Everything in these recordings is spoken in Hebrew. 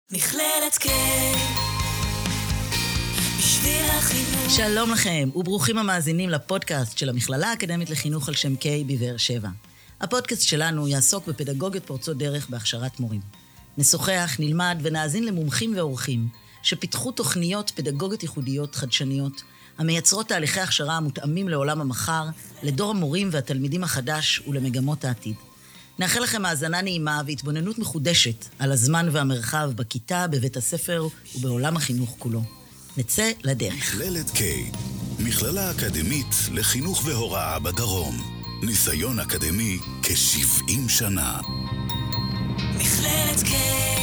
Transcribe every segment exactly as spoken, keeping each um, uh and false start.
מכללת K בשביל החינוך. שלום לכם וברוכים המאזינים לפודקאסט של המכללה האקדמית לחינוך על שם K בבאר שבע. הפודקאסט שלנו יעסוק בפדגוגיות פורצות דרך בהכשרת מורים. נשוחח, נלמד ונאזין למומחים ואורחים שפיתחו תוכניות פדגוגיות ייחודיות חדשניות המייצרות תהליכי הכשרה המותאמים לעולם המחר, לדור המורים והתלמידים החדש ולמגמות העתיד. נאחל לכם האזנה נעימה והתבוננות מחודשת על הזמן והמרחב בכיתה, בבית הספר ובעולם החינוך כולו. נצא לדרך. מכללת K, מכללה אקדמית לחינוך והוראה בדרום. ניסיון אקדמי כ-שבעים שנה. מכללת K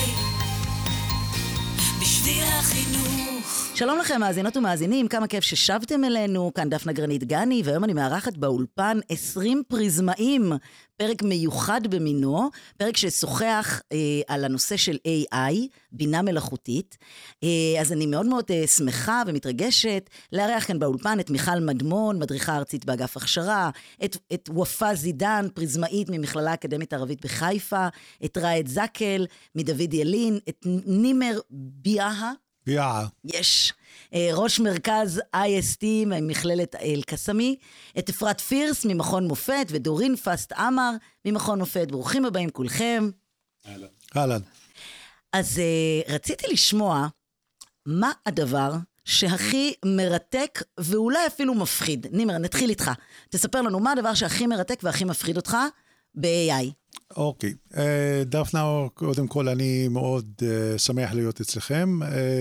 בשביל החינוך. שלום לכם מאזינות ומאזינים, כמה כיף ששבתם אלינו, כאן דפנה גרנית גני, והיום אני מארחת באולפן עשרים פריזמאים, פרק מיוחד במינו, פרק ששוחח אה, על הנושא של איי איי, בינה מלאכותית. אה, אז אני מאוד מאוד אה, שמחה ומתרגשת לארח כאן באולפן את מיכל מדמון, מדריכה ארצית באגף הכשרה, את, את וופא זידן, פריזמאית ממכללה האקדמית הערבית בחיפה, את ראד זקל מדוד ילין, את נימר ביאה, ביאה. יש. ראש מרכז איי אס טי ממכללת אל-קסמי, את אפרת פירס ממכון מופת, ודורין פסט אמר ממכון מופת. ברוכים הבאים כולכם. אהלן. אהלן. אז uh, רציתי לשמוע מה הדבר שהכי מרתק ואולי אפילו מפחיד. נימר, נתחיל איתך. תספר לנו מה הדבר שהכי מרתק והכי מפחיד אותך ב-איי איי. אוקיי, דפנה, קודם כל אני מאוד שמח להיות אצלכם.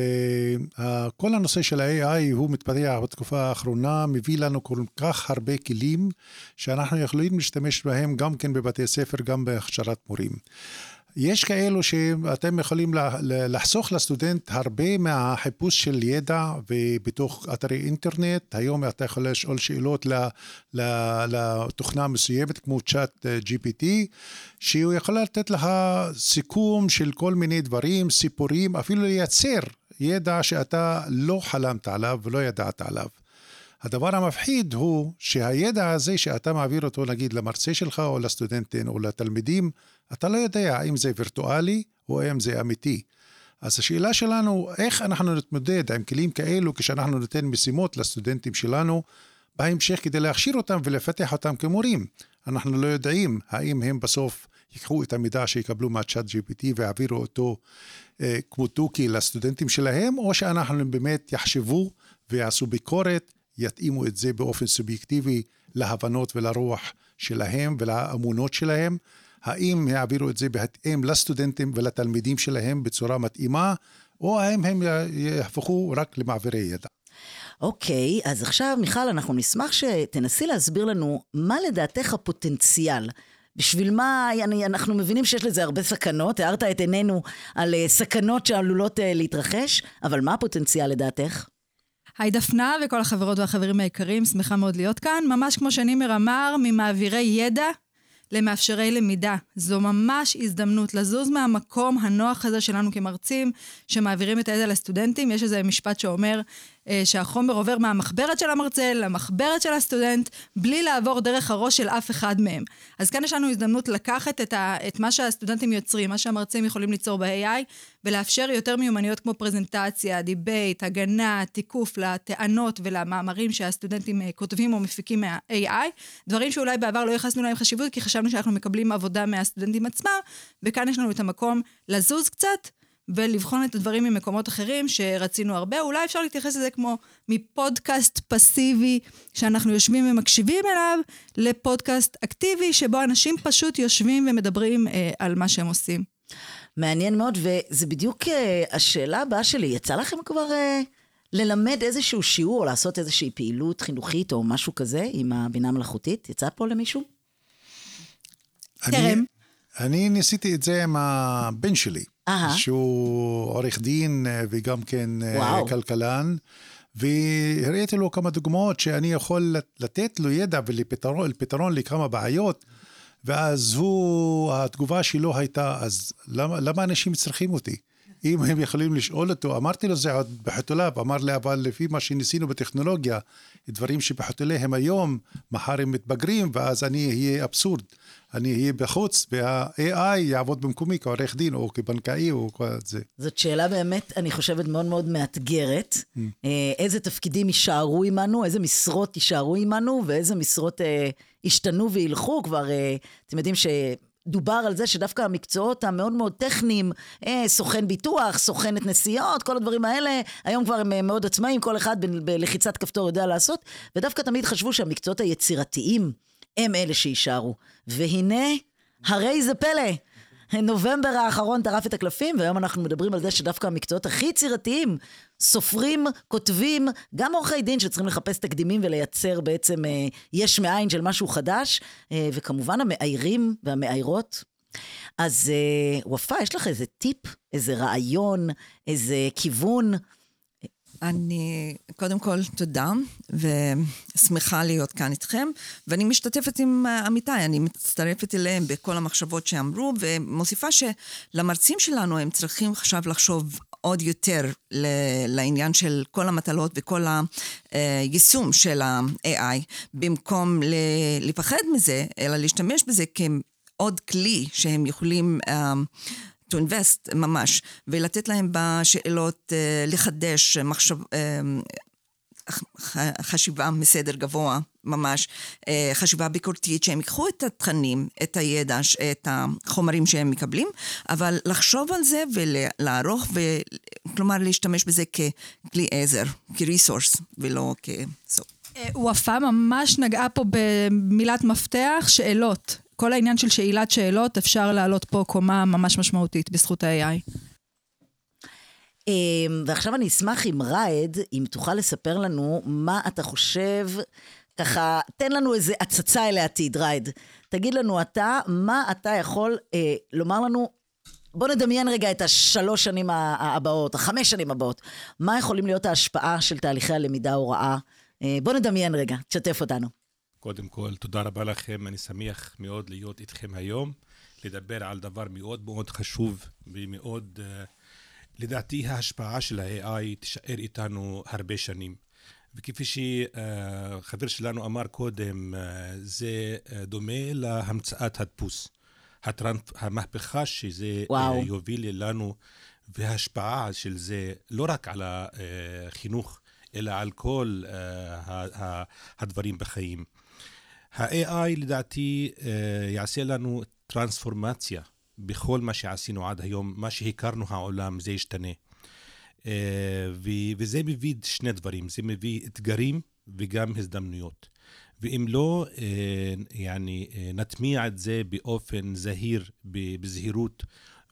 כל הנושא של ה-איי איי הוא מתפתח בתקופה האחרונה, מביא לנו כל כך הרבה כלים שאנחנו יכולים להשתמש בהם גם כן בבתי ספר, גם בהכשרת מורים. יש כאלו שאתם יכולים לחסוך לסטודנט הרבה מהחיפוש של ידע ובתוך אתרי אינטרנט. היום אתה יכול לשאול שאלות לתוכנה מסוימת כמו צ'אט ג'י פי טי, שהוא יכול לתת לך סיכום של כל מיני דברים, סיפורים, אפילו לייצר ידע שאתה לא חלמת עליו ולא ידעת עליו. הדבר המפחיד הוא שהידע הזה שאתה מעביר אותו נגיד למרצה שלך או לסטודנטים או לתלמידים, אתה לא יודע אם זה וירטואלי או אם זה אמיתי. אז השאלה שלנו, איך אנחנו נתמודד עם כלים כאלו כשאנחנו נותן משימות לסטודנטים שלנו בהמשך כדי להכשיר אותם ולפתח אותם כמורים. אנחנו לא יודעים האם הם בסוף ייקחו את המידע שיקבלו מהצ'אט ג'י פי טי ויעבירו אותו אה, כמו תוכי לסטודנטים שלהם, או שאנחנו באמת יחשבו ויעשו ביקורת, יתאימו את זה באופן סובייקטיבי להבנות ולרוח שלהם ולאמונות שלהם, האם יעבירו את זה בהתאם לסטודנטים ולתלמידים שלהם בצורה מתאימה, או האם הם יהפכו רק למעברי ידע. אוקיי, אז עכשיו מיכל, אנחנו נשמח שתנסי להסביר לנו מה לדעתך הפוטנציאל, בשביל מה, אנחנו מבינים שיש לזה הרבה סכנות, הערת את עינינו על סכנות שעלולות להתרחש, אבל מה הפוטנציאל לדעתך? היי דפנה וכל החברות והחברים היקרים, שמחה מאוד להיות כאן. ממש כמו שנימר אמר, ממעבירי ידע למאפשרי למידה. זו ממש הזדמנות לזוז מהמקום הנוח הזה שלנו כמרצים, שמעבירים את הידע לסטודנטים. יש איזה משפט שאומר אה, שהחומר עובר מהמחברת של המרצה למחברת של הסטודנט, בלי לעבור דרך הראש של אף אחד מהם. אז כאן יש לנו הזדמנות לקחת את, ה, את מה שהסטודנטים יוצרים, מה שהמרצים יכולים ליצור ב-איי איי, ולאפשר יותר מיומנויות כמו פרזנטציה, דיבייט, הגנה, תיקוף לטענות ולמאמרים שהסטודנטים כותבים או מפיקים מה-איי איי, דברים שאולי בעבר לא יחסנו להם חשיבות, כי חשבנו שאנחנו מקבלים עבודה מהסטודנטים עצמם, וכאן יש לנו את המקום לזוז קצת, ולבחון את הדברים ממקומות אחרים שרצינו הרבה. אולי אפשר להתייחס לזה כמו מפודקאסט פסיבי, שאנחנו יושבים ומקשיבים אליו, לפודקאסט אקטיבי, שבו אנשים פשוט יושבים ומדברים אה, על מה שהם עושים. מעניין מאוד, וזה בדיוק השאלה הבאה שלי. יצא לכם כבר uh, ללמד איזשהו שיעור, או לעשות איזושהי פעילות חינוכית, או משהו כזה, עם הבינה המלאכותית? יצא פה למישהו? תרם. אני ניסיתי את זה עם הבן שלי, Aha. שהוא עורך דין וגם כן וואו. כלכלן, והראיתי לו כמה דוגמאות שאני יכול לתת לו ידע ולפתרון לכמה בעיות, ואז הוא, התגובה שלו הייתה, אז למה, למה אנשים צריכים אותי? אם הם יכולים לשאול אותו, אמרתי לו זה עוד בחתוליו, אמר לי, אבל לפי מה שניסינו בטכנולוגיה, דברים שבחתולי הם היום, מחר הם מתבגרים, ואז אני אהיה אבסורד. אני אהיה בחוץ, וה-איי איי יעבוד במקומי כעורך דין, או כבנקאי, או כל זה. זאת שאלה באמת, אני חושבת, מאוד מאוד מאתגרת. Mm. איזה תפקידים יישארו עמנו, איזה משרות יישארו עמנו, ואיזה משרות אה, ישתנו וילכו. כבר, אה, אתם יודעים שדובר על זה שדווקא המקצועות המאוד מאוד טכניים, אה, סוכן ביטוח, סוכנת נסיעות, כל הדברים האלה, היום כבר הם מאוד עצמאים, כל אחד ב- בלחיצת כפתור יודע לעשות, ודווקא תמיד חשבו שהמקצועות היצירתיים, הם אלה שישארו. והנה, הרי זה פלא. נובמבר האחרון טרף את הקלפים, והיום אנחנו מדברים על זה שדווקא המקצועות הכי יצירתיים, סופרים, כותבים, גם עורכי דין שצריכים לחפש תקדימים ולייצר בעצם אה, יש מאין של משהו חדש, אה, וכמובן המאיירים והמאיירות. אז אה, ופה, יש לך איזה טיפ, איזה רעיון, איזה כיוון? אני, קודם כל, תודה, ושמחה להיות כאן איתכם, ואני משתתפת עם עמיתיי, אני מצטרפת אליהם בכל המחשבות שאמרו, ומוסיפה שלמרצים שלנו הם צריכים עכשיו לחשוב עוד יותר לעניין של כל המטלות וכל היישום של ה-איי איי, במקום לפחד מזה, אלא להשתמש בזה כעוד כלי שהם יכולים to invest ממש, ולתת להם בשאלות לחדש מחשב, חשיבה מסדר גבוה ממש, חשיבה ביקורתית, שהם ייקחו את התכנים, את הידע, את החומרים שהם מקבלים, אבל לחשוב על זה ולערוך, כלומר להשתמש בזה ככלי עזר, כריסורס, ולא כסוף. ופה ממש נגעה פה במילת מפתח, שאלות. כל העניין של שאלת שאלות, אפשר לעלות פה קומה ממש משמעותית בזכות ה-איי איי. ועכשיו אני אשמח עם רייד, אם תוכל לספר לנו מה אתה חושב, ככה, תן לנו איזה הצצה אל העתיד, רייד. תגיד לנו אתה, מה אתה יכול אה, לומר לנו, בוא נדמיין רגע את השלוש שנים הבאות, החמש שנים הבאות. מה יכולים להיות ההשפעה של תהליכי הלמידה הוראה? אה, בוא נדמיין רגע, תשתף אותנו. קודם כל, תודה רבה לכם, אני שמח מאוד להיות איתכם היום, לדבר על דבר מאוד מאוד חשוב ומאוד, uh, לדעתי ההשפעה של ה-איי איי תישאר איתנו הרבה שנים. וכפי שחבר שלנו אמר קודם, uh, זה uh, דומה להמצאת הדפוס. הטרנפ, המהפכה שזה uh, יוביל לנו, וההשפעה של זה לא רק על החינוך, אלא על כל uh, הדברים בחיים. ה-איי איי לדעתי uh, יעשה לנו טרנספורמציה בכל מה שעשינו עד היום, מה שהכרנו העולם, זה ישתנה. Uh, ו- וזה מביא שני דברים, זה מביא אתגרים וגם הזדמנויות. ואם לא uh, يعني, uh, נטמיע את זה באופן זהיר, בזהירות,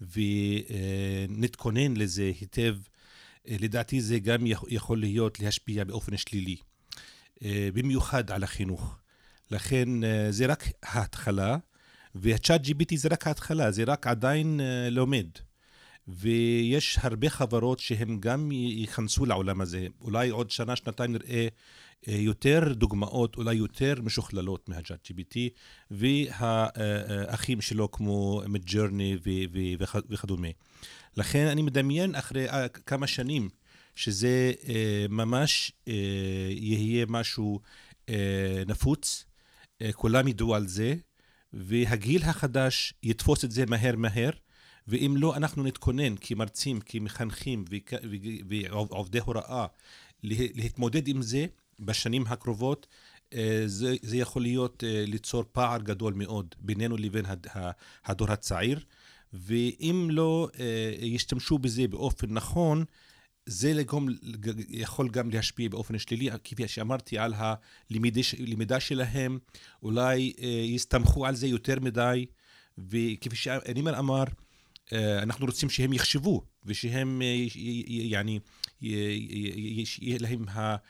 ונתכונן uh, לזה היטב, uh, לדעתי זה גם יכול להיות להשפיע באופן שלילי, uh, במיוחד על החינוך. לכן זה רק ההתחלה, והצ'אט ג'י פי טי זה רק ההתחלה, זה רק עדיין לומד. ויש הרבה חברות שהם גם יכנסו לעולם הזה. אולי עוד שנה, שנתיים נראה יותר דוגמאות, אולי יותר משוכללות מהצ'אט ג'י פי טי, והאחים שלו כמו מידג'רני וכדומה. לכן אני מדמיין אחרי כמה שנים, שזה ממש יהיה משהו נפוץ, כולם ידעו על זה, והגיל החדש יתפוס את זה מהר מהר, ואם לא, אנחנו נתכונן כמרצים, כמחנכים ועובדי הוראה, להתמודד עם זה בשנים הקרובות. זה, זה יכול להיות ליצור פער גדול מאוד בינינו לבין הדור הצעיר, ואם לא ישתמשו בזה באופן נכון, זה לגום, יכול גם להשפיע באופן שלילי, כפי שאמרתי, על הלמידה שלהם, אולי יסתמכו על זה יותר מדי, וכפי שאנימר אמר, אנחנו רוצים שהם יחשבו, ושהם, يعني, יהיה להם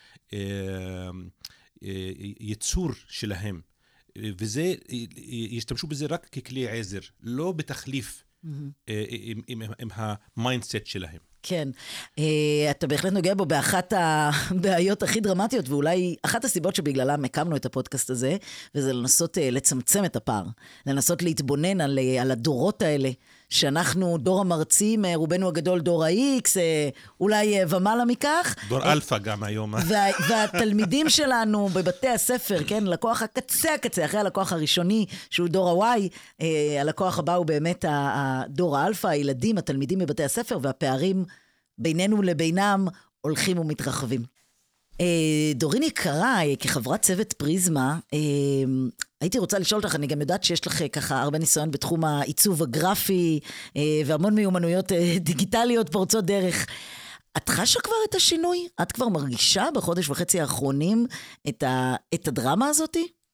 היצור שלהם, וזה, ישתמשו בזה רק ככלי עזר, לא בתחליף עם, עם, עם המיינדסט שלהם. כן, אתה בהחלט נוגע בו באחת הבעיות הכי דרמטיות, ואולי אחת הסיבות שבגללם הקמנו את הפודקאסט הזה, וזה לנסות לצמצם את הפער, לנסות להתבונן על, על הדורות האלה, שאנחנו דור המרצים, רובנו הגדול דור ה-X, אולי ומעלה מכך. דור אלפא גם היום. וה, והתלמידים שלנו בבתי הספר, כן, לקוח הקצה הקצה, אחרי הלקוח הראשוני, שהוא דור ה-Y, הלקוח הבא הוא באמת הדור האלפא, הילדים, התלמידים בבתי הספר, והפערים בינינו לבינם הולכים ומתרחבים. דורין יקרה, כחברת צוות פריזמה, הייתי רוצה לשאול אותך, אני גם יודעת שיש לך ככה הרבה ניסיון בתחום העיצוב הגרפי, והמון מיומנויות דיגיטליות פורצות דרך. את חשה כבר את השינוי? את כבר מרגישה בחודש וחצי האחרונים את, ה, את הדרמה הזאת?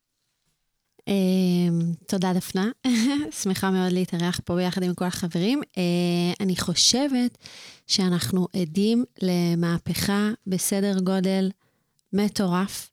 תודה דפנה, שמחה מאוד להתארח פה ביחד עם כל החברים. אני חושבת שאנחנו עדים למהפכה בסדר גודל מטורף.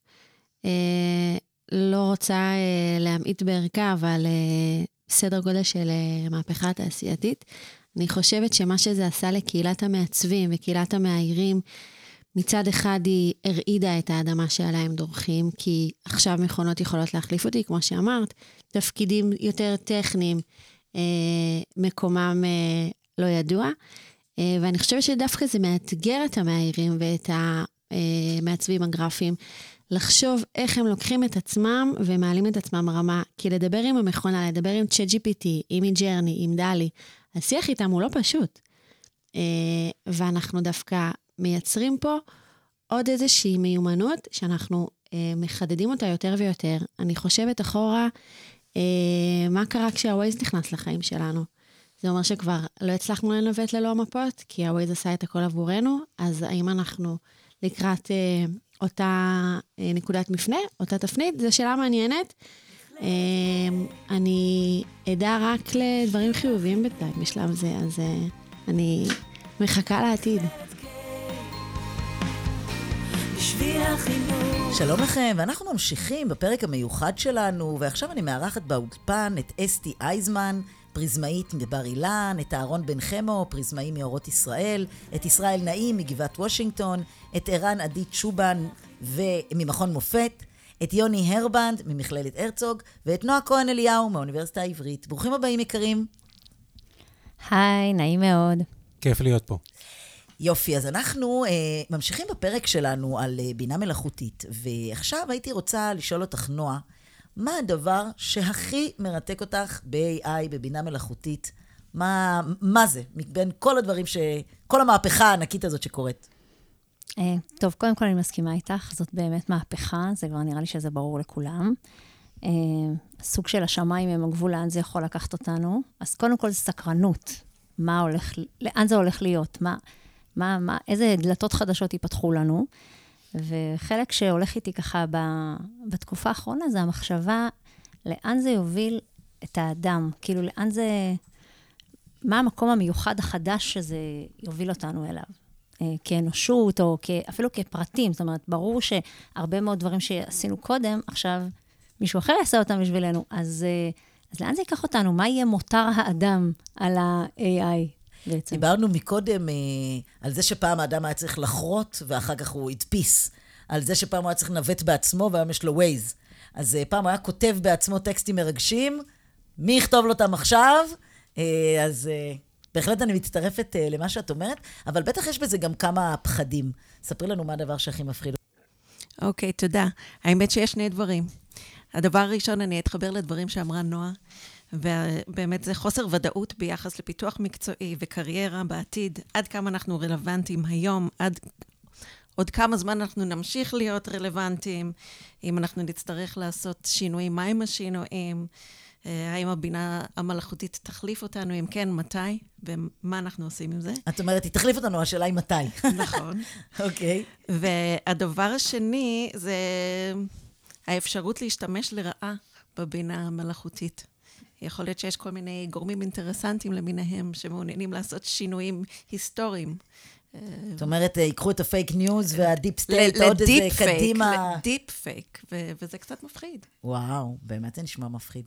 לא רוצה להמעיט בערכה, אבל סדר גודל של מהפכה תעשייתית. אני חושבת שמה שזה עשה לקהילת המעצבים וקהילת המאיירים, מצד אחד היא הרעידה את האדמה שעליה הם דורכים, כי עכשיו מכונות יכולות להחליף אותי, כמו שאמרת, תפקידים יותר טכניים, מקומם לא ידוע, ואני חושבת שדווקא זה מאתגר את המאיירים ואת המעצבים הגרפיים, לחשוב איך הם לוקחים את עצמם ומעלים את עצמם רמה, כי לדבר עם המכונה, לדבר עם צ'אט ג'י פי טי, עם ג'רני, עם דלי, השיח איתם הוא לא פשוט. ואנחנו דווקא מייצרים פה עוד איזושהי מיומנות שאנחנו מחדדים אותה יותר ויותר. אני חושבת אחורה, מה קרה כשהווייז נכנס לחיים שלנו? זה אומר שכבר לא הצלחנו לנווט ללא מפות, כי הווייז עשה את הכל עבורנו, אז האם אנחנו לקראת אותה נקודת מפנה, אותה תפנית? זו שאלה מעניינת. אני עדה רק לדברים חיוביים בינתיים בשלב זה, אז אני מחכה לעתיד. שלום לכם, ואנחנו ממשיכים בפרק המיוחד שלנו, ועכשיו אני מארחת באולפן את אסתי אייזמן, פריזמאית מבר אילן, את אהרון בן חמו, פריזמאי מאורות ישראל, את ישראל נעים מגבעת וושינגטון, את ערן עדי צ'ובן וממכון מופת, את יוני הרבנד ממכללת הרצוג, ואת נועה כהן אליהו מהאוניברסיטה העברית. ברוכים הבאים יקרים. היי, נעים מאוד. כיף להיות פה. יופי, אז אנחנו אה, ממשיכים בפרק שלנו על אה, בינה מלאכותית, ועכשיו הייתי רוצה לשאול אותך, נועה, מה הדבר שהכי מרתק אותך ב-איי איי, בבינה מלאכותית? מה, מה זה? מבין כל הדברים ש... כל המהפכה הענקית הזאת שקורית. אה, טוב, קודם כל אני מסכימה איתך, זאת באמת מהפכה, זה כבר נראה לי שזה ברור לכולם. אה, הסוג של השמיים הם הגבול, לאן זה יכול לקחת אותנו. אז קודם כל זה סקרנות. מה הולך, לאן זה הולך להיות? מה... מה, מה, איזה דלתות חדשות ייפתחו לנו, וחלק שהולך איתי ככה ב, בתקופה האחרונה, זה המחשבה לאן זה יוביל את האדם, כאילו לאן זה, מה המקום המיוחד החדש שזה יוביל אותנו אליו, כאנושות או אפילו כפרטים, זאת אומרת, ברור שהרבה מאוד דברים שעשינו קודם, עכשיו מישהו אחר יעשה אותם בשבילנו, אז, אז לאן זה ייקח אותנו? מה יהיה מותר האדם על ה-איי איי? בעצם. דיברנו מקודם אה, על זה שפעם האדם היה צריך לחרות, ואחר כך הוא הדפיס. על זה שפעם הוא היה צריך לנווט בעצמו, והיום יש לו ווייז. אז אה, פעם הוא היה כותב בעצמו טקסטים מרגשים, מי יכתוב לו אותם עכשיו? אה, אז אה, בהחלט אני מצטרפת אה, למה שאת אומרת, אבל בטח יש בזה גם כמה פחדים. ספרי לנו מה הדבר שהכי מפחיד. אוקיי, okay, תודה. האמת שיש שני דברים. הדבר הראשון, אני אתחבר לדברים שאמרה נועה, ובאמת זה חוסר ודאות ביחס לפיתוח מקצועי וקריירה בעתיד, עד כמה אנחנו רלוונטיים היום, עד עוד כמה זמן אנחנו נמשיך להיות רלוונטיים, אם אנחנו נצטרך לעשות שינויים, מה הם השינויים, האם הבינה המלאכותית תחליף אותנו, אם כן, מתי, ומה אנחנו עושים עם זה. את אומרת, היא תחליף אותנו, השאלה היא מתי. נכון. אוקיי. והדבר השני זה האפשרות להשתמש לרעה בבינה המלאכותית. יכול להיות שיש כל מיני גורמים אינטרסנטיים למיניהם, שמעוניינים לעשות שינויים היסטוריים. זאת אומרת, ייקחו את הפייק ניוז והדיפ סטייט, עוד איזה קדימה. לדיפ פייק, וזה קצת מפחיד. וואו, באמת זה נשמע מפחיד.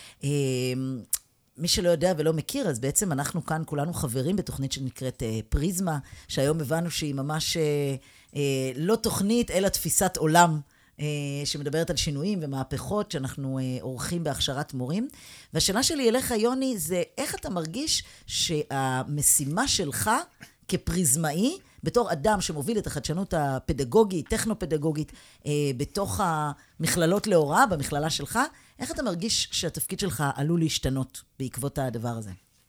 מי שלא יודע ולא מכיר, אז בעצם אנחנו כאן כולנו חברים בתוכנית שנקראת פריזמה, שהיום הבנו שהיא ממש לא תוכנית, אלא תפיסת עולם שמדברת על שינויים ומהפכות שאנחנו עורכים בהכשרת מורים. והשאלה שלי אליך, יוני, זה איך אתה מרגיש שהמשימה שלך כפריזמאי, בתור אדם שמוביל את החדשנות הפדגוגית, טכנו-פדגוגית, בתוך המכללות להוראה, במכללה שלך, איך אתה מרגיש שהתפקיד שלך עלול להשתנות בעקבות הדבר הזה?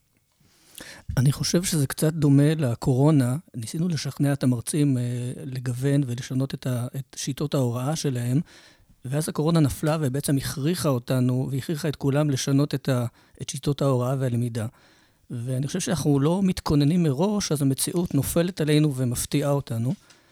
אני חושב שזה קצת דומה לקורונה. ניסינו לשכנע את המרצים לגוון ולשנות את, ה, את שיטות ההוראה שלהם, ואז הקורונה נפלה ובעצם הכריחה אותנו, והכריחה את כולם לשנות את, ה, את שיטות ההוראה והלמידה. ואני חושב שאנחנו לא מתכוננים מראש, אז המציאות נופלת עלינו ומפתיעה אותנו,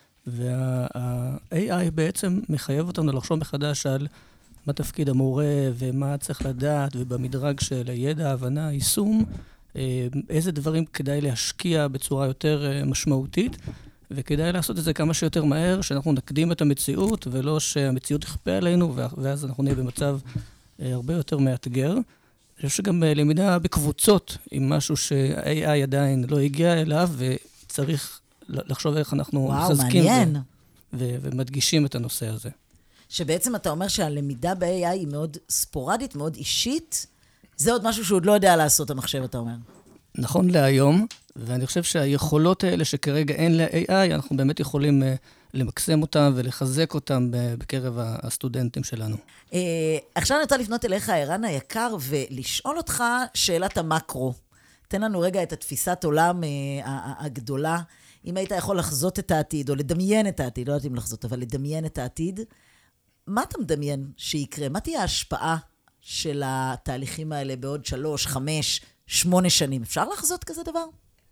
וה-איי איי בעצם מחייב אותנו לחשוב מחדש על מה תפקיד המורה ומה צריך לדעת, ובמדרג של הידע, ההבנה, היישום, איזה דברים כדאי להשקיע בצורה יותר משמעותית, וכדאי לעשות את זה כמה שיותר מהר, שאנחנו נקדים את המציאות, ולא שהמציאות תכפה עלינו, ואז אנחנו נהיה במצב הרבה יותר מאתגר. אני חושב שגם למידה בקבוצות, עם משהו שה-איי איי עדיין לא הגיע אליו, וצריך לחשוב איך אנחנו מחזקים ו- ו- ומדגישים את הנושא הזה. שבעצם אתה אומר שהלמידה ב-איי איי היא מאוד ספורדית, מאוד אישית, זה עוד משהו שהוא עוד לא יודע לעשות המחשב, אתה אומר. נכון להיום, ואני חושב שהיכולות האלה שכרגע אין ל-איי איי, אנחנו באמת יכולים uh, למקסם אותם ולחזק אותם בקרב הסטודנטים שלנו. Uh, עכשיו אני רוצה לפנות אליך, ערן היקר, ולשאול אותך שאלת המקרו. תן לנו רגע את התפיסת עולם uh, הגדולה. אם היית יכול לחזות את העתיד, או לדמיין את העתיד, לא יודעת אם לחזות, אבל לדמיין את העתיד, מה אתה מדמיין שיקרה? מה תהיה ההשפעה של התהליכים האלה בעוד שלוש, חמש, שמונה שנים? אפשר לחזות כזה דבר?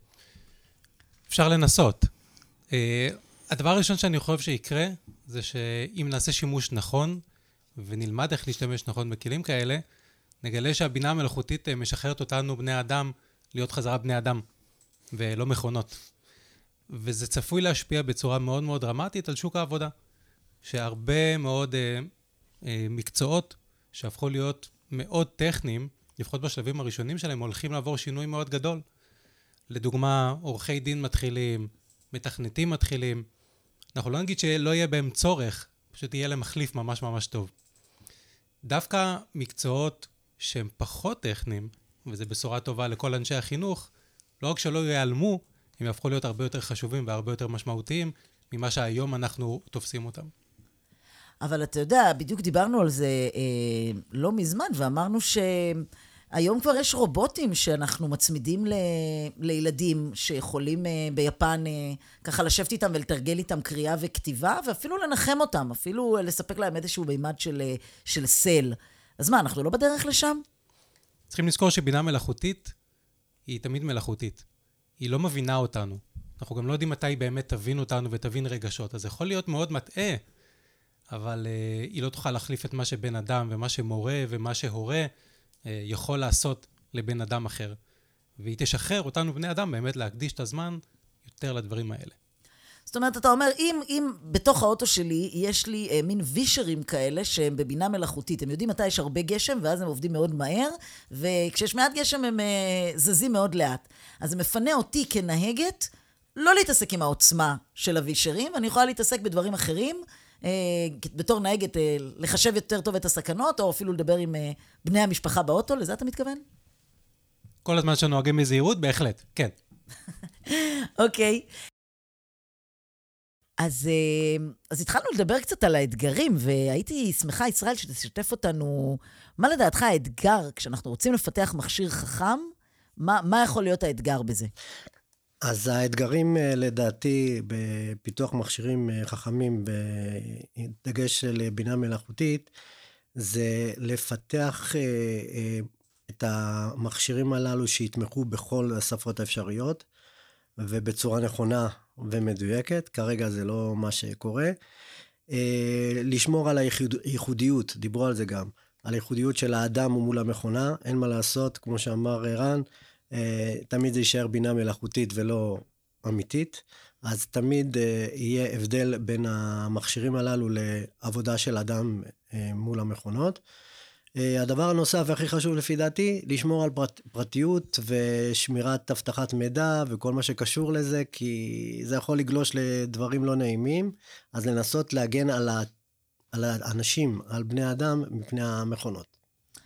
אפשר לנסות. Uh, הדבר הראשון שאני חושב שיקרה, זה שאם נעשה שימוש נכון, ונלמד איך להשתמש נכון בכלים כאלה, נגלה שהבינה המלאכותית משחררת אותנו, בני אדם, להיות חזרה בני אדם, ולא מכונות. וזה צפוי להשפיע בצורה מאוד מאוד דרמטית על שוק העבודה, שהרבה מאוד uh, uh, מקצועות שהפכו להיות מאוד טכניים, לפחות בשלבים הראשונים שלהם, הולכים לעבור שינוי מאוד גדול. לדוגמה, עורכי דין מתחילים, מתכנתים מתחילים. אנחנו לא נגיד שלא יהיה בהם צורך, פשוט יהיה להם מחליף ממש ממש טוב. דווקא מקצועות שהם פחות טכניים, וזה בשורה טובה לכל אנשי החינוך, לא רק שלא ייעלמו, הם יהפכו להיות הרבה יותר חשובים והרבה יותר משמעותיים, ממה שהיום אנחנו תופסים אותם. אבל אתה יודע, בדיוק דיברנו על זה אה, לא מזמן, ואמרנו שהיום כבר יש רובוטים שאנחנו מצמידים ל, לילדים שיכולים אה, ביפן אה, ככה לשבת איתם ולתרגל איתם קריאה וכתיבה, ואפילו לנחם אותם, אפילו לספק להם איזשהו מימד של, של סל. אז מה, אנחנו לא בדרך לשם? צריכים לזכור שבינה מלאכותית היא תמיד מלאכותית. היא לא מבינה אותנו. אנחנו גם לא יודעים מתי היא באמת תבין אותנו ותבין רגשות. אז יכול להיות מאוד מטעה, אבל uh, היא לא תוכל להחליף את מה שבן אדם ומה שמורה ומה שהורה uh, יכול לעשות לבן אדם אחר. והיא תשחרר אותנו בני אדם באמת להקדיש את הזמן יותר לדברים האלה. זאת אומרת, אתה אומר, אם, אם בתוך האוטו שלי יש לי אה, מין וישרים כאלה שהם בבינה מלאכותית, הם יודעים מתי יש הרבה גשם ואז הם עובדים מאוד מהר, וכשיש מעט גשם הם אה, זזים מאוד לאט. אז זה מפנה אותי כנהגת לא להתעסק עם העוצמה של הווישרים, ואני יכולה להתעסק בדברים אחרים, אה, בתור נהגת אה, לחשב יותר טוב את הסכנות, או אפילו לדבר עם אה, בני המשפחה באוטו, לזה אתה מתכוון? כל הזמן שנוהגים בזהירות, בהחלט, כן. אוקיי. אז, אז התחלנו לדבר קצת על האתגרים, והייתי שמחה, ישראל, שתשתף אותנו, מה לדעתך האתגר, כשאנחנו רוצים לפתח מכשיר חכם, מה, מה יכול להיות האתגר בזה? אז האתגרים, לדעתי, בפיתוח מכשירים חכמים, בדגש של בינה מלאכותית, זה לפתח את המכשירים הללו שיתמכו בכל השפות האפשריות, ובצורה נכונה ומדויקת, כרגע זה לא מה שקורה. לשמור על הייחודיות, דיברו על זה גם, על הייחודיות של האדם מול המכונה, אין מה לעשות, כמו שאמר ערן, תמיד זה יישאר בינה מלאכותית ולא אמיתית, אז תמיד יהיה הבדל בין המכשירים הללו לעבודה של אדם מול המכונות. הדבר הנוסף והכי חשוב לפי דעתי, לשמור על פרט, פרטיות ושמירת הבטחת מידע וכל מה שקשור לזה, כי זה יכול לגלוש לדברים לא נעימים, אז לנסות להגן על על האנשים, על בני האדם, מפני המכונות.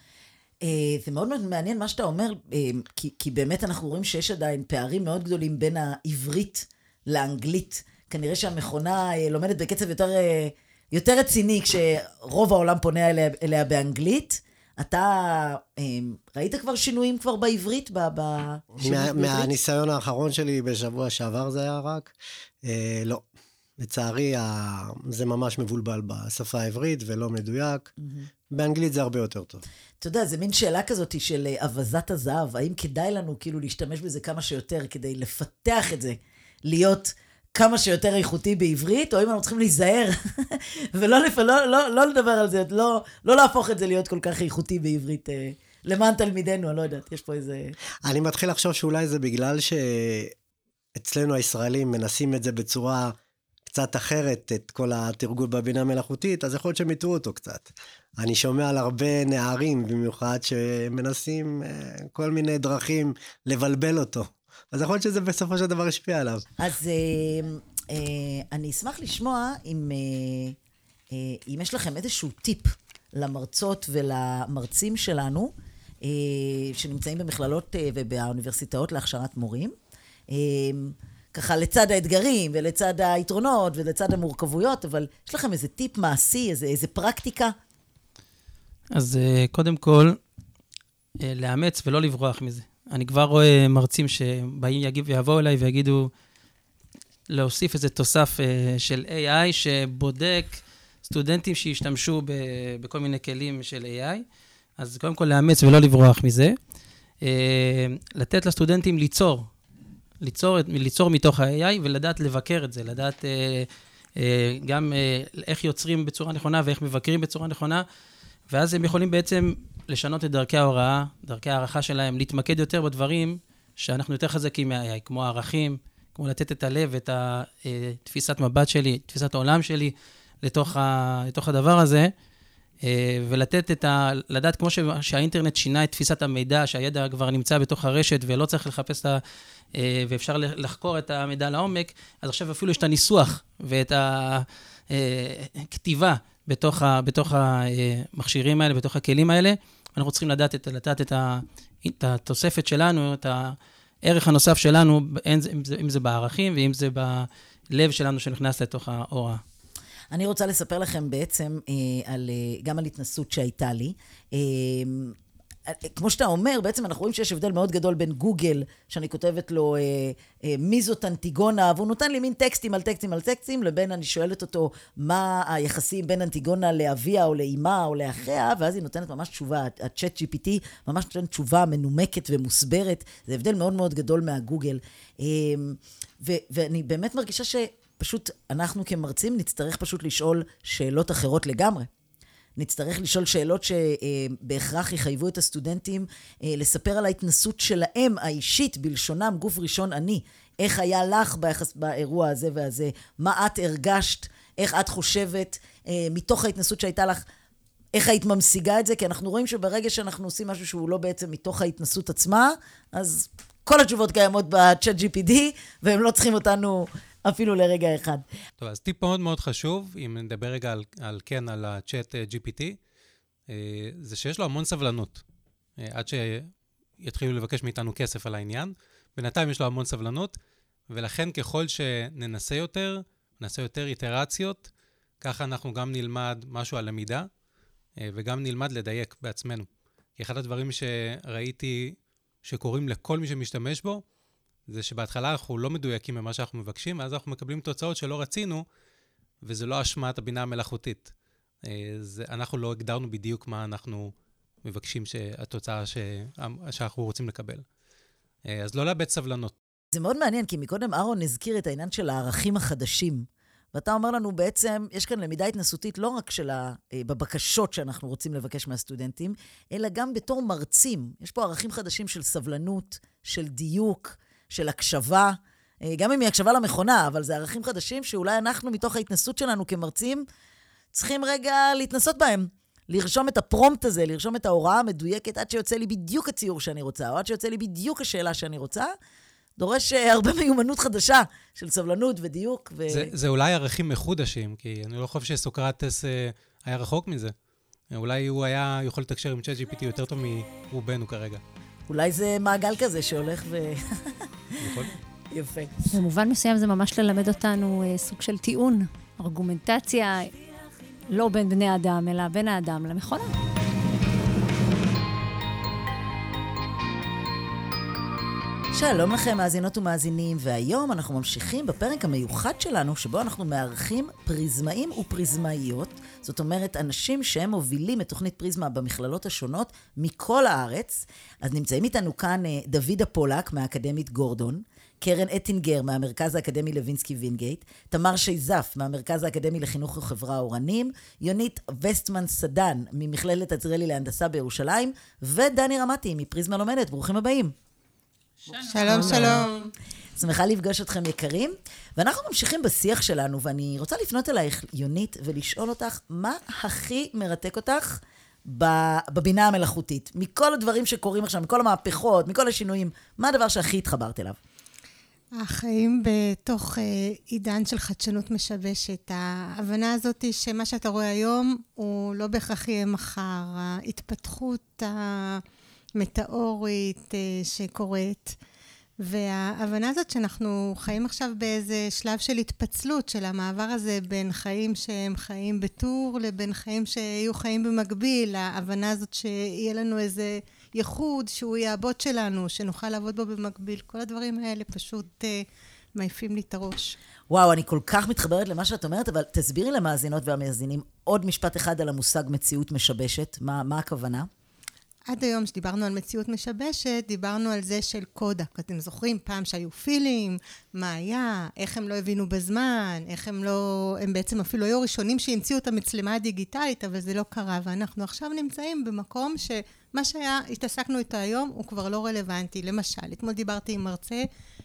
זה מאוד מאוד מעניין מה שאתה אומר, כי, כי באמת אנחנו רואים שיש עדיין פערים מאוד גדולים בין העברית לאנגלית. כנראה שהמכונה לומדת בקצב יותר, יותר רציני, כשרוב העולם פונה אליה, אליה באנגלית. אתה ראית כבר שינויים כבר בעברית? ב, ב, מה, מהניסיון האחרון שלי בשבוע שעבר זה היה רק, אה, לא. לצערי, זה ממש מבולבל בשפה העברית ולא מדויק. באנגלית זה הרבה יותר טוב. אתה יודע, זה מין שאלה כזאת של אבזת הזהב. האם כדאי לנו כאילו להשתמש בזה כמה שיותר כדי לפתח את זה, להיות כמה שיותר איכותי בעברית, או אם אנחנו צריכים להיזהר ולא לפ... לא, לא, לא לדבר על זה, לא, לא להפוך את זה להיות כל כך איכותי בעברית למען תלמידנו, אני לא יודעת, יש פה איזה... אני מתחיל לחשוב שאולי זה בגלל שאצלנו הישראלים מנסים את זה בצורה קצת אחרת, את כל התרגול בבינה מלאכותית, אז יכול להיות שהם יתרו אותו קצת. אני שומע על הרבה נערים במיוחד שמנסים כל מיני דרכים לבלבל אותו. אז יכול להיות שזה בסופו של דבר ישפיע עליו. אז אה, אה, אני אשמח לשמוע אם, אה, אה, אם יש לכם איזשהו טיפ למרצות ולמרצים שלנו, אה, שנמצאים במכללות אה, ובאוניברסיטאות להכשרת מורים. אה, ככה לצד האתגרים ולצד היתרונות ולצד המורכבויות, אבל יש לכם איזה טיפ מעשי, איזה, איזה פרקטיקה? אז קודם כל, לאמץ ולא לברוח מזה. אני כבר רואה מרצים שבאים יגיב, ויבואו אליי ויגידו, להוסיף איזה תוסף של איי איי שבודק סטודנטים שישתמשו ב, בכל מיני כלים של איי איי. אז קודם כל לאמץ ולא לברוח מזה. לתת לסטודנטים ליצור. ליצור, ליצור מתוך ה-איי איי ולדעת לבקר את זה, לדעת אה, אה, גם אה, איך יוצרים בצורה נכונה ואיך מבקרים בצורה נכונה, ואז הם יכולים בעצם לשנות את דרכי ההוראה, דרכי הערכה שלהם, להתמקד יותר בדברים שאנחנו יותר חזקים מה-איי איי, כמו הערכים, כמו לתת את הלב, את תפיסת מבט שלי, תפיסת העולם שלי, לתוך, ה, לתוך הדבר הזה, אה, ולתת את ה... לדעת כמו ש, שהאינטרנט שינה את תפיסת המידע, שהידע כבר נמצא בתוך הרשת ולא צריך לחפש את ה... ואפשר לחקור את המידע לעומק, אז עכשיו אפילו יש את הניסוח ואת הכתיבה בתוך, בתוך המכשירים האלה, בתוך הכלים האלה. אנחנו צריכים לדעת את, לדעת את, ה, את התוספת שלנו, את הערך הנוסף שלנו, אם זה, אם זה בערכים ואם זה בלב שלנו שנכנס לתוך ההוראה. אני רוצה לספר לכם בעצם אה, על, גם על התנסות שהייתה לי. אה, כמו שאתה אומר, בעצם אנחנו רואים שיש הבדל מאוד גדול בין גוגל, שאני כותבת לו אה, אה, מי זאת אנטיגונה, והוא נותן לי מין טקסטים על טקסטים על טקסטים, לבין אני שואלת אותו מה היחסים בין אנטיגונה לאביה או לאימה או לאחיה, ואז היא נותנת ממש תשובה, הצ'אט ג'י פי טי ממש נותנת תשובה מנומקת ומוסברת, זה הבדל מאוד מאוד גדול מהגוגל. אה, ו- ואני באמת מרגישה שפשוט אנחנו כמרצים נצטרך פשוט לשאול שאלות אחרות לגמרי. נצטרך לשאול שאלות שבהכרח יחייבו את הסטודנטים לספר על ההתנסות שלהם האישית, בלשונם, גוף ראשון אני. איך היה לך ביחס, באירוע הזה והזה? מה את הרגשת? איך את חושבת מתוך ההתנסות שהייתה לך? איך היית ממשיגה את זה? כי אנחנו רואים שברגע שאנחנו עושים משהו שהוא לא בעצם מתוך ההתנסות עצמה, אז כל התשובות קיימות בצ'אט ג'י פי טי, והם לא צריכים אותנו אפילו לרגע אחד. טוב, אז טיפ מאוד מאוד חשוב, אם נדבר רגע על, על כן, על הצ'אט ג'י פי טי, זה שיש לו המון סבלנות, עד שיתחילו לבקש מאיתנו כסף על העניין. בינתיים יש לו המון סבלנות, ולכן ככל שננסה יותר, ננסה יותר איטרציות, ככה אנחנו גם נלמד משהו על למידה, וגם נלמד לדייק בעצמנו. אחד הדברים שראיתי שקוראים לכל מי שמשתמש בו, זה שבהתחלה אנחנו לא מדויקים ממה שאנחנו מבקשים, ואז אנחנו מקבלים תוצאות שלא רצינו, וזה לא אשמת הבינה המלאכותית. זה, אנחנו לא הגדרנו בדיוק מה אנחנו מבקשים שהתוצאה ש, שאנחנו רוצים לקבל. אז לא לאבד סבלנות. זה מאוד מעניין, כי מקודם אהרון הזכיר את העניין של הערכים החדשים. ואתה אומר לנו בעצם, יש כאן למידה התנסותית לא רק של בבקשות שאנחנו רוצים לבקש מהסטודנטים, אלא גם בתור מרצים. יש פה ערכים חדשים של סבלנות, של דיוק, של הקשבה, גם אם היא הקשבה למכונה, אבל זה ערכים חדשים שאולי אנחנו מתוך ההתנסות שלנו כמרצים, צריכים רגע להתנסות בהם. לרשום את הפרומפט הזה, לרשום את ההוראה המדויקת, עד שיוצא לי בדיוק הציור שאני רוצה, או עד שיוצא לי בדיוק השאלה שאני רוצה, דורש הרבה מיומנות חדשה של סבלנות ודיוק. ו... זה, זה אולי ערכים מחודשים, כי אני לא חושב שסוקרטס היה רחוק מזה. אולי הוא היה יכול לתקשר עם צ'אט ג'י פי טי יותר טוב מרובנו כרגע. אולי זה מעגל כזה שהולך ו... נכון. יפה. במובן מסוים זה ממש ללמד אותנו אה, סוג של טיעון, ארגומנטציה, לא בין בני אדם, אלא בין האדם למכונה. שלום לכם, מאזינות ומאזינים, והיום אנחנו ממשיכים בפרק המיוחד שלנו, שבו אנחנו מארחים פריזמאים ופריזמאיות, זאת אומרת, אנשים שהם מובילים את תוכנית פריזמה במכללות השונות מכל הארץ. אז נמצאים איתנו כאן דוד הפולק מהאקדמית גורדון, קרן אטינגר מהמרכז האקדמי לוינסקי וינגייט, תמר שייזף מהמרכז האקדמי לחינוך וחברה אורנים, יונית וסטמן סדן ממכללת עזריאלי להנדסה בירושלים, ודני רמתי מפריזמה לומדת. ברוכים הבאים. שלום, שלום. שמחה לפגוש אתכם יקרים, ואנחנו ממשיכים בשיח שלנו, ואני רוצה לפנות אלייך, יונית, ולשאול אותך, מה הכי מרתק אותך בבינה המלאכותית? מכל הדברים שקורים עכשיו, מכל המהפכות, מכל השינויים, מה הדבר שהכי התחברת אליו? החיים בתוך עידן של חדשנות משבשת. ההבנה הזאת שמה שאתה רואה היום הוא לא בהכרח יהיה מחר. ההתפתחות המטאורית שקורית, וההבנה הזאת שאנחנו חיים עכשיו באיזה שלב של התפצלות של המעבר הזה בין חיים שהם חיים בטור לבין חיים שיהיו חיים במקביל. ההבנה הזאת שיהיה לנו איזה ייחוד שהוא יהיה הבוט שלנו, שנוכל לעבוד בו במקביל. כל הדברים האלה פשוט uh, מעיפים לי את הראש. וואו, אני כל כך מתחברת למה שאת אומרת, אבל תסבירי למאזינות והמאזינים עוד משפט אחד על המושג מציאות משבשת. מה, מה הכוונה? עד היום שדיברנו על מציאות משבשת, דיברנו על זה של קודק. אתם זוכרים פעם שהיו פילים, מה היה, איך הם לא הבינו בזמן, איך הם לא, הם בעצם אפילו היו ראשונים שהמציאו את המצלמה הדיגיטלית, אבל זה לא קרה, ואנחנו עכשיו נמצאים במקום שמה שהיה, התעסקנו איתו היום, הוא כבר לא רלוונטי. למשל, אתמול דיברתי עם מרצה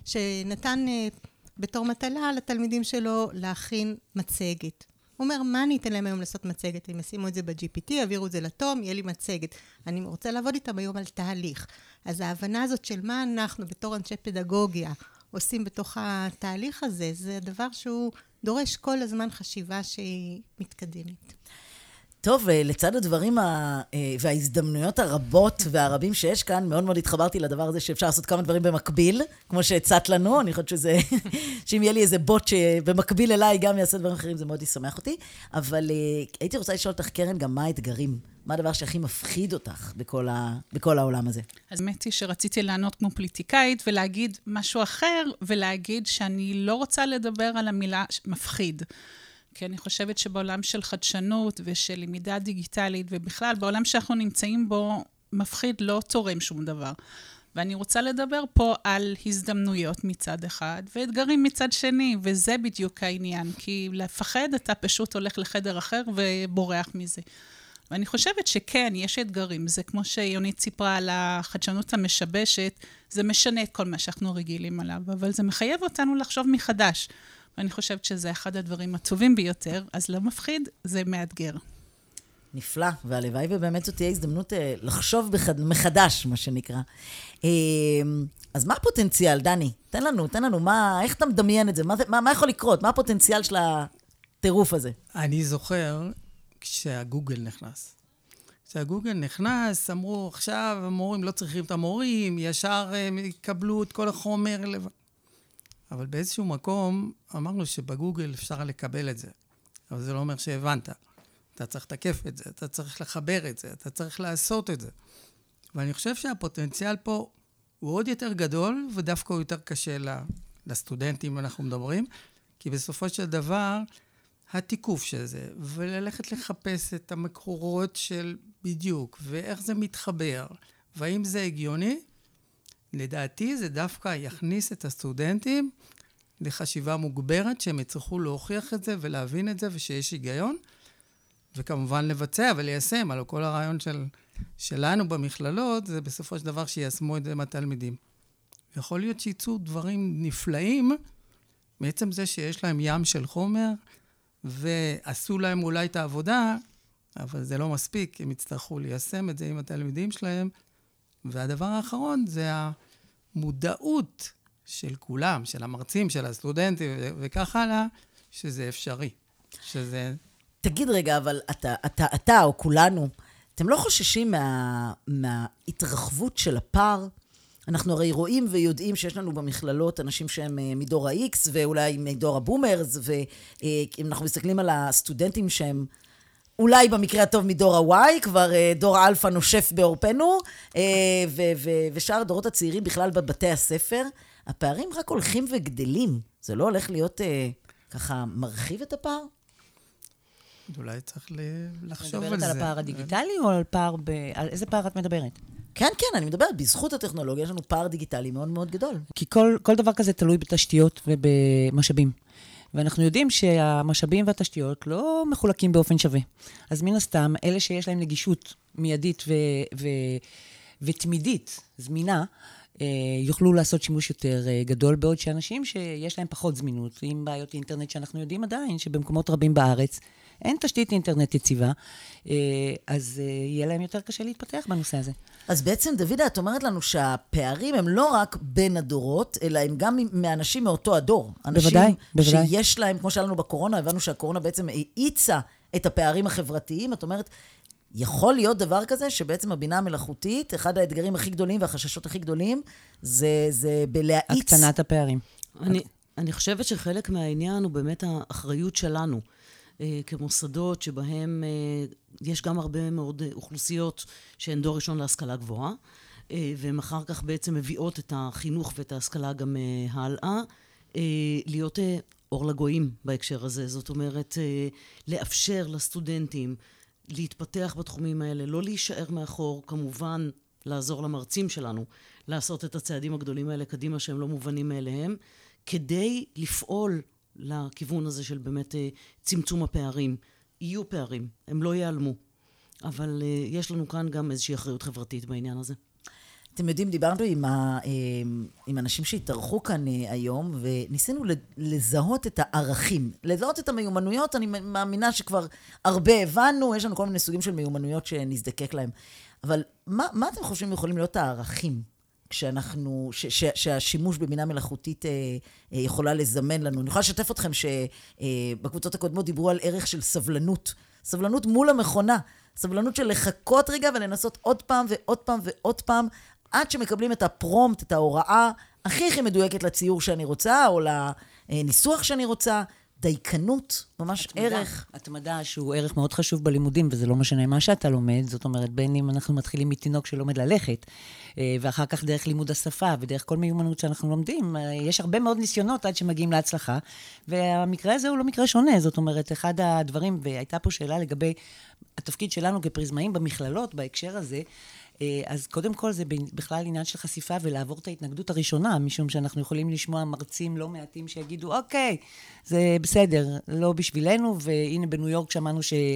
שנתן בתור מטלה לתלמידים שלו להכין מצגת. הוא אומר, מה אני אתן להם היום לעשות מצגת? הם ישימו את זה ב-ג'י פי טי, יעבירו את זה לתום, יהיה לי מצגת. אני רוצה לעבוד איתם היום על תהליך. אז ההבנה הזאת של מה אנחנו בתור אנשי פדגוגיה עושים בתוך התהליך הזה, זה דבר שהוא דורש כל הזמן חשיבה שהיא מתקדמת. טוב, לצד הדברים וההזדמנויות הרבות והרבים שיש כאן, מאוד מאוד התחברתי לדבר הזה שאפשר לעשות כמה דברים במקביל, כמו שהצעת לנו. אני חושבת שזה, שאם יהיה לי איזה בוט שבמקביל אליי גם יעשה דברים אחרים, זה מאוד ישמח אותי. אבל הייתי רוצה לשאול אותך, קרן, גם מה האתגרים? מה הדבר שהכי מפחיד אותך בכל, ה, בכל העולם הזה? אז האמת היא שרציתי לענות כמו פוליטיקאית ולהגיד משהו אחר, ולהגיד שאני לא רוצה לדבר על המילה מפחיד. כי אני חושבת שבעולם של חדשנות ושל למידה דיגיטלית, ובכלל בעולם שאנחנו נמצאים בו, מפחיד לא תורם שום דבר. ואני רוצה לדבר פה על הזדמנויות מצד אחד, ואתגרים מצד שני, וזה בדיוק העניין. כי לפחד אתה פשוט הולך לחדר אחר ובורח מזה. ואני חושבת שכן, יש אתגרים. זה כמו שיונית סיפרה על החדשנות המשבשת, זה משנה את כל מה שאנחנו רגילים עליו, אבל זה מחייב אותנו לחשוב מחדש. ואני חושבת שזה אחד הדברים הטובים ביותר, אז לא מפחיד, זה מאתגר. נפלא, והלוואי ובאמת זאת תהיה הזדמנות אה, לחשוב בחד... מחדש, מה שנקרא. אה, אז מה הפוטנציאל, דני? תן לנו, תן לנו, מה, איך אתה מדמיין את זה? מה, מה, מה יכול לקרות? מה הפוטנציאל של הטירוף הזה? אני זוכר כשהגוגל נכנס. כשהגוגל נכנס, אמרו, עכשיו המורים לא צריכים את המורים, ישר הם יקבלו את כל החומר לבד. אבל באיזשהו מקום אמרנו שבגוגל אפשר לקבל את זה. אבל זה לא אומר שהבנת. אתה צריך לתקף את זה, אתה צריך לחבר את זה, אתה צריך לעשות את זה. ואני חושב שהפוטנציאל פה הוא עוד יותר גדול, ודווקא הוא יותר קשה לסטודנטים אנחנו מדברים, כי בסופו של דבר, התיקוף של זה, וללכת לחפש את המקורות של בדיוק, ואיך זה מתחבר, והאם זה הגיוני, לדעתי זה דווקא יכניס את הסטודנטים לחשיבה מוגברת, שהם יצטרכו להוכיח את זה ולהבין את זה, ושיש היגיון, וכמובן לבצע וליישם. על כל הרעיון של, שלנו במכללות, זה בסופו של דבר שיישמו את זה מהתלמידים. יכול להיות שיצאו דברים נפלאים, בעצם זה שיש להם ים של חומר, ועשו להם אולי את העבודה, אבל זה לא מספיק, הם יצטרכו ליישם את זה עם התלמידים שלהם, והדבר האחרון זה המודעות של כולם, של המרצים, של הסטודנטים וכך הלאה, שזה אפשרי. שזה תגיד רגע, אבל אתה, אתה, אתה או כולנו, אתם לא חוששים מה, מההתרחבות של הפער? אנחנו הרי רואים ויודעים שיש לנו במכללות אנשים שהם מדור ה-X ואולי מדור הבומרס, ואם אנחנו מסתכלים על הסטודנטים שהם אולי במקרה הטוב מדור ה-Y, כבר דור האלפא נושף בעורפנו, ו- ו- ושאר הדורות הצעירים בכלל בבתי הספר, הפערים רק הולכים וגדלים. זה לא הולך להיות ככה מרחיב את הפער? אולי צריך לחשוב על זה. מדברת על הפער הדיגיטלי או על פער ב... על איזה פער את מדברת? כן, כן, אני מדברת, בזכות הטכנולוגיה יש לנו פער דיגיטלי מאוד מאוד גדול. כי כל, כל דבר כזה תלוי בתשתיות ובמשאבים. ואנחנו יודעים שהמשאבים והתשתיות לא מחולקים באופן שווה. אז מן הסתם, אלה שיש להם נגישות מיידית ו- ו- ותמידית, זמינה, יוכלו לעשות שימוש יותר גדול, בעוד שאנשים שיש להם פחות זמינות, עם בעיות אינטרנט שאנחנו יודעים עדיין, שבמקומות רבים בארץ אין תשתית אינטרנט יציבה, אז יהיה להם יותר קשה להתפתח בנושא הזה. אז בעצם, דוידה, את אומרת לנו שהפערים הם לא רק בין הדורות, אלא הם גם מאנשים מאותו הדור. בוודאי, בוודאי. אנשים שיש להם, כמו שהיה לנו בקורונה, הבנו שהקורונה בעצם האיצה את הפערים החברתיים. את אומרת, יכול להיות דבר כזה שבעצם הבינה המלאכותית, אחד האתגרים הכי גדולים והחששות הכי גדולים, זה, זה בלהאיץ... הקטנת הפערים. אני, אני חושבת שחלק מהעניין הוא באמת האחריות שלנו, אה, כמוסדות שבהם אה, יש גם הרבה מאוד אוכלוסיות שהן דור ראשון להשכלה גבוהה, אה, והן אחר כך בעצם מביאות את החינוך ואת ההשכלה גם אה, הלאה, אה, להיות אה, אור לגויים בהקשר הזה. זאת אומרת, אה, לאפשר לסטודנטים, להתפתח בתחומים האלה, לא להישאר מאחור, כמובן לעזור למרצים שלנו, לעשות את הצעדים הגדולים האלה קדימה שהם לא מובנים מאליהם, כדי לפעול לכיוון הזה של באמת צמצום הפערים. יהיו פערים, הם לא ייעלמו, אבל יש לנו כאן גם איזושהי אחריות חברתית בעניין הזה. אתם יודעים, דיברנו עם, ה, עם אנשים שהתארחו כאן היום, וניסינו לזהות את הערכים, לזהות את המיומנויות. אני מאמינה שכבר הרבה הבנו, יש לנו כל מיני סוגים של מיומנויות שנזדקק להם. אבל מה, מה אתם חושבים יכולים להיות הערכים כשאנחנו, ש, ש, שהשימוש בבינה מלאכותית אה, אה, יכולה לזמן לנו? אני יכולה לשתף אתכם שבקבוצות הקודמות דיברו על ערך של סבלנות, סבלנות מול המכונה, סבלנות של לחכות רגע ולנסות עוד פעם ועוד פעם ועוד פעם, עד שמקבלים את הפרומפט, את ההוראה הכי הכי מדויקת לציור שאני רוצה, או לניסוח שאני רוצה. דייקנות, ממש התמדה, ערך. התמדה שהוא ערך מאוד חשוב בלימודים, וזה לא משנה מה שאתה לומד, זאת אומרת, בין אם אנחנו מתחילים מתינוק שלומד ללכת, ואחר כך דרך לימוד השפה, ודרך כל מיומנות שאנחנו לומדים, יש הרבה מאוד ניסיונות עד שמגיעים להצלחה, והמקרה הזה הוא לא מקרה שונה, זאת אומרת, אחד הדברים, והייתה פה שאלה לגבי התפקיד שלנו כפריזמאים במכללות, בהקשר הזה, אז קודם כל זה בכלל עניין של חשיפה ולעבור את ההתנגדות הראשונה, משום שאנחנו יכולים לשמוע מרצים לא מעטים שיגידו, אוקיי, זה בסדר, לא בשבילנו, והנה בניו יורק שמענו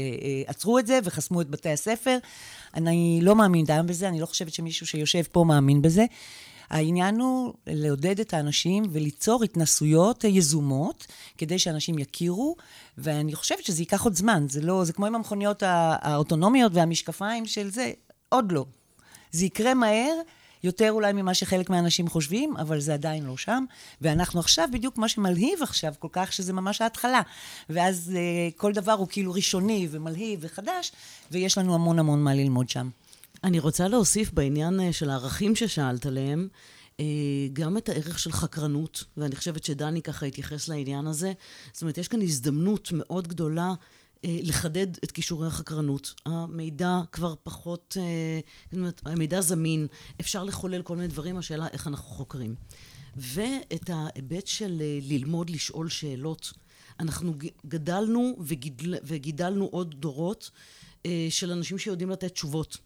שעצרו את זה וחסמו את בתי הספר. אני לא מאמין דם בזה, אני לא חושבת שמישהו שיושב פה מאמין בזה. העניין הוא לעודד את האנשים וליצור התנסויות יזומות, כדי שאנשים יכירו, ואני חושבת שזה ייקח עוד זמן, זה לא, זה כמו עם המכוניות האוטונומיות והמשקפיים של זה, עוד לא. זה יקרה מהר, יותר אולי ממה שחלק מהאנשים חושבים, אבל זה עדיין לא שם, ואנחנו עכשיו בדיוק מה שמלהיב עכשיו כל כך, שזה ממש ההתחלה, ואז uh, כל דבר הוא כאילו ראשוני ומלהיב וחדש, ויש לנו המון המון מה ללמוד שם. אני רוצה להוסיף בעניין uh, של הערכים ששאלת עליהם, uh, גם את הערך של חקרנות, ואני חושבת שדני ככה התייחס לעניין הזה, זאת אומרת, יש כאן הזדמנות מאוד גדולה, לחדד את כישורי החקרנות. המידע כבר פחות, המידע זמין, אפשר לחולל כל מיני דברים, השאלה איך אנחנו חוקרים. ואת ההיבט של ללמוד, לשאול שאלות, אנחנו גדלנו וגידל, וגידלנו עוד דורות של אנשים שיודעים לתת תשובות,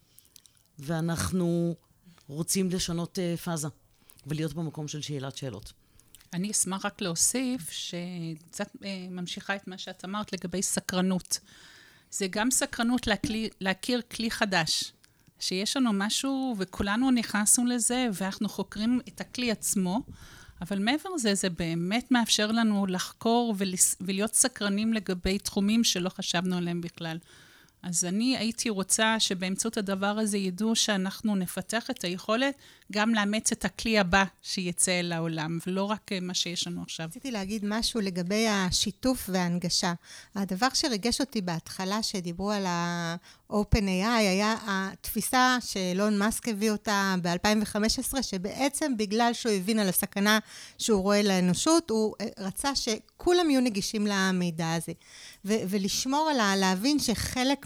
ואנחנו רוצים לשנות פאזה, ולהיות במקום של שאלת שאלות. אני אשמח רק להוסיף, שקצת אה, ממשיכה את מה שאת אמרת לגבי סקרנות. זה גם סקרנות להכלי, להכיר כלי חדש, שיש לנו משהו וכולנו נכנסנו לזה, ואנחנו חוקרים את הכלי עצמו, אבל מעבר לזה, זה באמת מאפשר לנו לחקור ולס, ולהיות סקרנים לגבי תחומים שלא חשבנו עליהם בכלל. אז אני הייתי רוצה שבאמצעות הדבר הזה ידעו שאנחנו נפתח את היכולת גם לאמץ את הכלי הבא שיצא לעולם, ולא רק מה שיש לנו עכשיו. רציתי להגיד משהו לגבי השיתוף וההנגשה. הדבר שריגש אותי בהתחלה שדיברו על ה-OpenAI היה התפיסה שאילון מאסק הביא אותה ב-אלפיים וחמש עשרה, שבעצם בגלל שהוא הבין על הסכנה שהוא רואה לאנושות, הוא רצה שכולם יהיו נגישים למידע הזה. ו- ולשמור על ה... להבין שחלק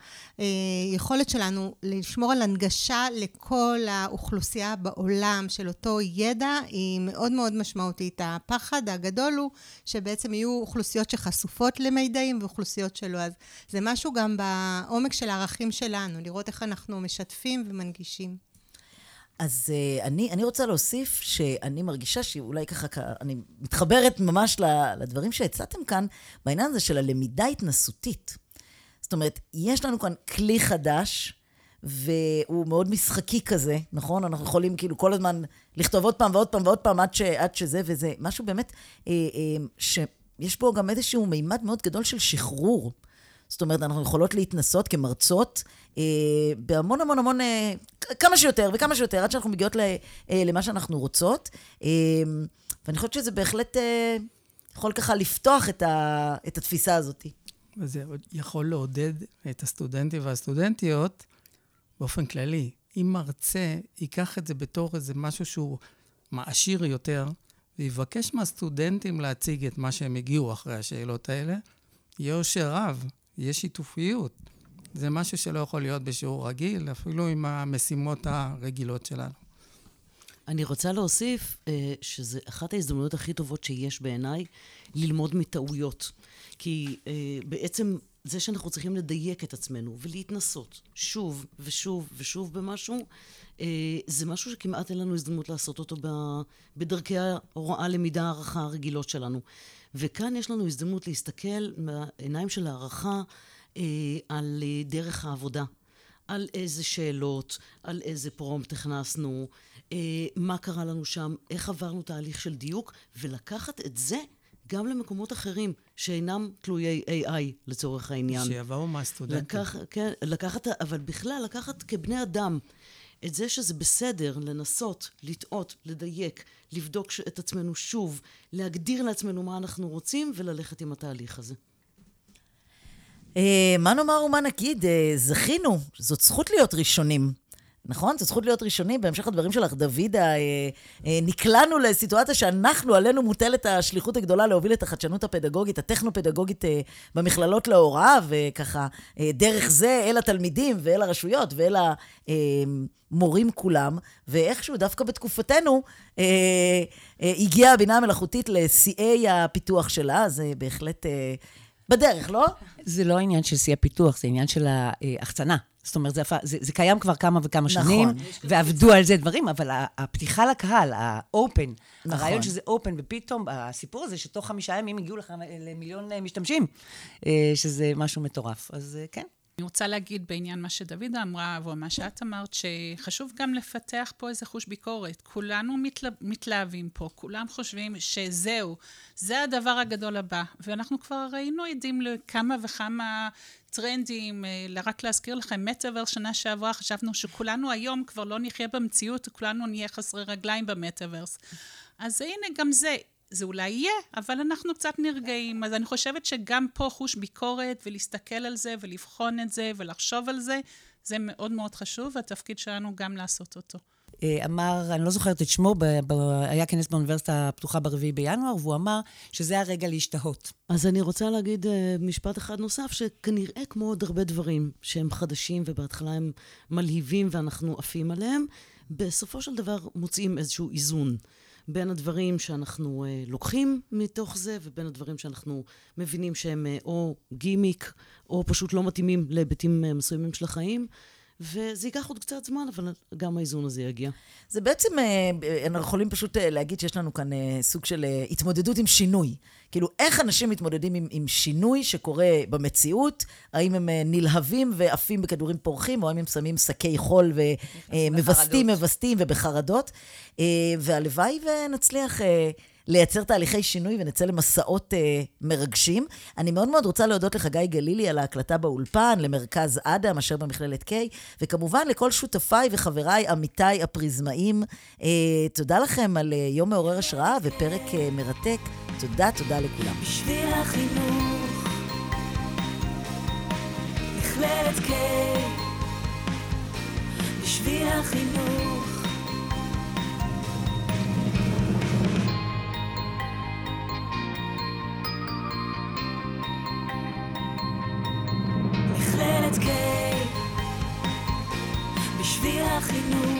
מהיכולת שלנו לשמור על הנגשה לכל האוכלוסייה בעולם של אותו ידע היא מאוד מאוד משמעותית. הפחד הגדול הוא שבעצם יהיו אוכלוסיות שחשופות למידעים ואוכלוסיות שלא. אז זה משהו גם בעומק של הערכים שלנו, לראות איך אנחנו משתפים ומנגישים. אז uh, אני, אני רוצה להוסיף שאני מרגישה שאולי ככה, אני מתחברת ממש לדברים שהצעתם כאן, בעניין הזה של הלמידה התנסותית. זאת אומרת, יש לנו כאן כלי חדש, והוא מאוד משחקי כזה, נכון? אנחנו יכולים כאילו כל הזמן לכתוב עוד פעם ועוד פעם ועוד פעם עד, ש, עד שזה וזה. משהו באמת אה, אה, שיש פה גם איזשהו מימד מאוד גדול של שחרור. זאת אומרת, אנחנו יכולות להתנסות כמרצות אה, בהמון המון המון, אה, כמה שיותר וכמה שיותר, עד שאנחנו מגיעות ל, אה, למה שאנחנו רוצות. אה, ואני חושבת שזה בהחלט אה, יכול ככה לפתוח את, ה, את התפיסה הזאת. וזה יכול לעודד את הסטודנטים והסטודנטיות באופן כללי. אם מרצה ייקח את זה בתור איזה משהו שהוא מעשיר יותר, ויבקש מהסטודנטים להציג את מה שהם הגיעו אחרי השאלות האלה, יהיה אושר רב. יש שיתופיות. זה משהו שלא יכול להיות בשיעור רגיל, אפילו עם המשימות הרגילות שלנו. אני רוצה להוסיף שזה אחת ההזדמנויות הכי טובות שיש בעיניי, ללמוד מטעויות. כי בעצם זה שאנחנו צריכים לדייק את עצמנו ולהתנסות שוב ושוב ושוב במשהו, זה משהו שכמעט אין לנו הזדמנות לעשות אותו בדרכי ההוראה, למידה, הערכה הרגילות שלנו. וכאן יש לנו הזדמנות להסתכל מהעיניים של הערכה אה, על אה, דרך העבודה, על איזה שאלות, על איזה פרומפט הכנסנו, אה, מה קרה לנו שם, איך עברנו תהליך של דיוק, ולקחת את זה גם למקומות אחרים שאינם תלויי איי איי לצורך העניין. שיבואו מהסטודנטים. לקח, כן, לקחת, אבל בכלל לקחת כבני אדם, את זה שזה בסדר לנסות, לטעות, לדייק, לבדוק את עצמנו שוב, להגדיר לעצמנו מה אנחנו רוצים וללכת עם התהליך הזה. מה נאמר ומה נגיד? זכינו, זאת זכות להיות ראשונים. נכון? זאת זכות להיות ראשונים. בהמשך הדברים שלך, דוידה, נקלענו לסיטואציה שאנחנו, עלינו מוטלת השליחות הגדולה להוביל את החדשנות הפדגוגית, הטכנו-פדגוגית במכללות להוראה, וככה דרך זה אל התלמידים ואל הרשויות ואל המורים כולם, ואיכשהו דווקא בתקופתנו הגיעה הבינה המלאכותית לשיאי הפיתוח שלה, זה בהחלט בדרך, לא? זה לא עניין של שיא הפיתוח, זה עניין של ההחצנה. זאת אומרת, זה, זה, זה קיים כבר כמה וכמה שנים, נכון. ועבדו על זה דברים, אבל הפתיחה לקהל, האופן, נכון. הרעיון שזה אופן, ופתאום הסיפור הזה שתוך חמישה ימים הגיעו לך למיליון משתמשים, שזה משהו מטורף. אז כן. אני רוצה להגיד בעניין מה שדוידה אמרה, ומה שאת אמרת, שחשוב גם לפתח פה איזה חוש ביקורת. כולנו מתלה, מתלהבים פה, כולם חושבים שזהו, זה הדבר הגדול הבא. ואנחנו כבר ראינו עדים לכמה וכמה טרנדים, רק להזכיר לכם, מטאברס שנה שעברה, חשבנו שכולנו היום כבר לא נחיה במציאות, כולנו נהיה חסרי רגליים במטאברס. אז הנה גם זה. זה אולי יהיה, אבל אנחנו קצת נרגעים. אז אני חושבת שגם פה חוש ביקורת, ולהסתכל על זה, ולבחון את זה, ולחשוב על זה, זה מאוד מאוד חשוב, והתפקיד שלנו גם לעשות אותו. אמר, אני לא זוכרת את שמו, ב- ב- היה כנס באוניברסיטה הפתוחה ברביעי בינואר, והוא אמר שזה הרגע להשתהות. אז אני רוצה להגיד uh, משפט אחד נוסף, שכנראה כמו עוד הרבה דברים שהם חדשים, ובהתחלה הם מלהיבים ואנחנו עפים עליהם, בסופו של דבר מוצאים איזשהו איזון. בין הדברים שאנחנו uh, לוקחים מתוך זה, ובין הדברים שאנחנו מבינים שהם uh, או גימיק, או פשוט לא מתאימים להיבטים uh, מסוימים של החיים, וזה ייקח עוד קצת זמן, אבל גם האיזון הזה יגיע. זה בעצם, אנחנו יכולים פשוט להגיד שיש לנו כאן סוג של התמודדות עם שינוי. כאילו, איך אנשים מתמודדים עם, עם שינוי שקורה במציאות? האם הם נלהבים ועפים בכדורים פורחים, או האם הם שמים שקי חול ומבסטים, מבסטים ובחרדות? והלוואי ונצליח לייצר תהליכי שינוי ונצא למסעות אה, מרגשים. אני מאוד מאוד רוצה להודות לחגי גלילי על ההקלטה באולפן, למרכז אדם, אשר במכללת קיי, וכמובן לכל שותפיי וחבריי, עמיתיי הפריזמאים. אה, תודה לכם על אה, יום מעורר השראה ופרק אה, מרתק. תודה, תודה לכולם. בשביל החינוך, מכללת קיי, בשביל החינוך. מכללת קיי, בשביל החינוך.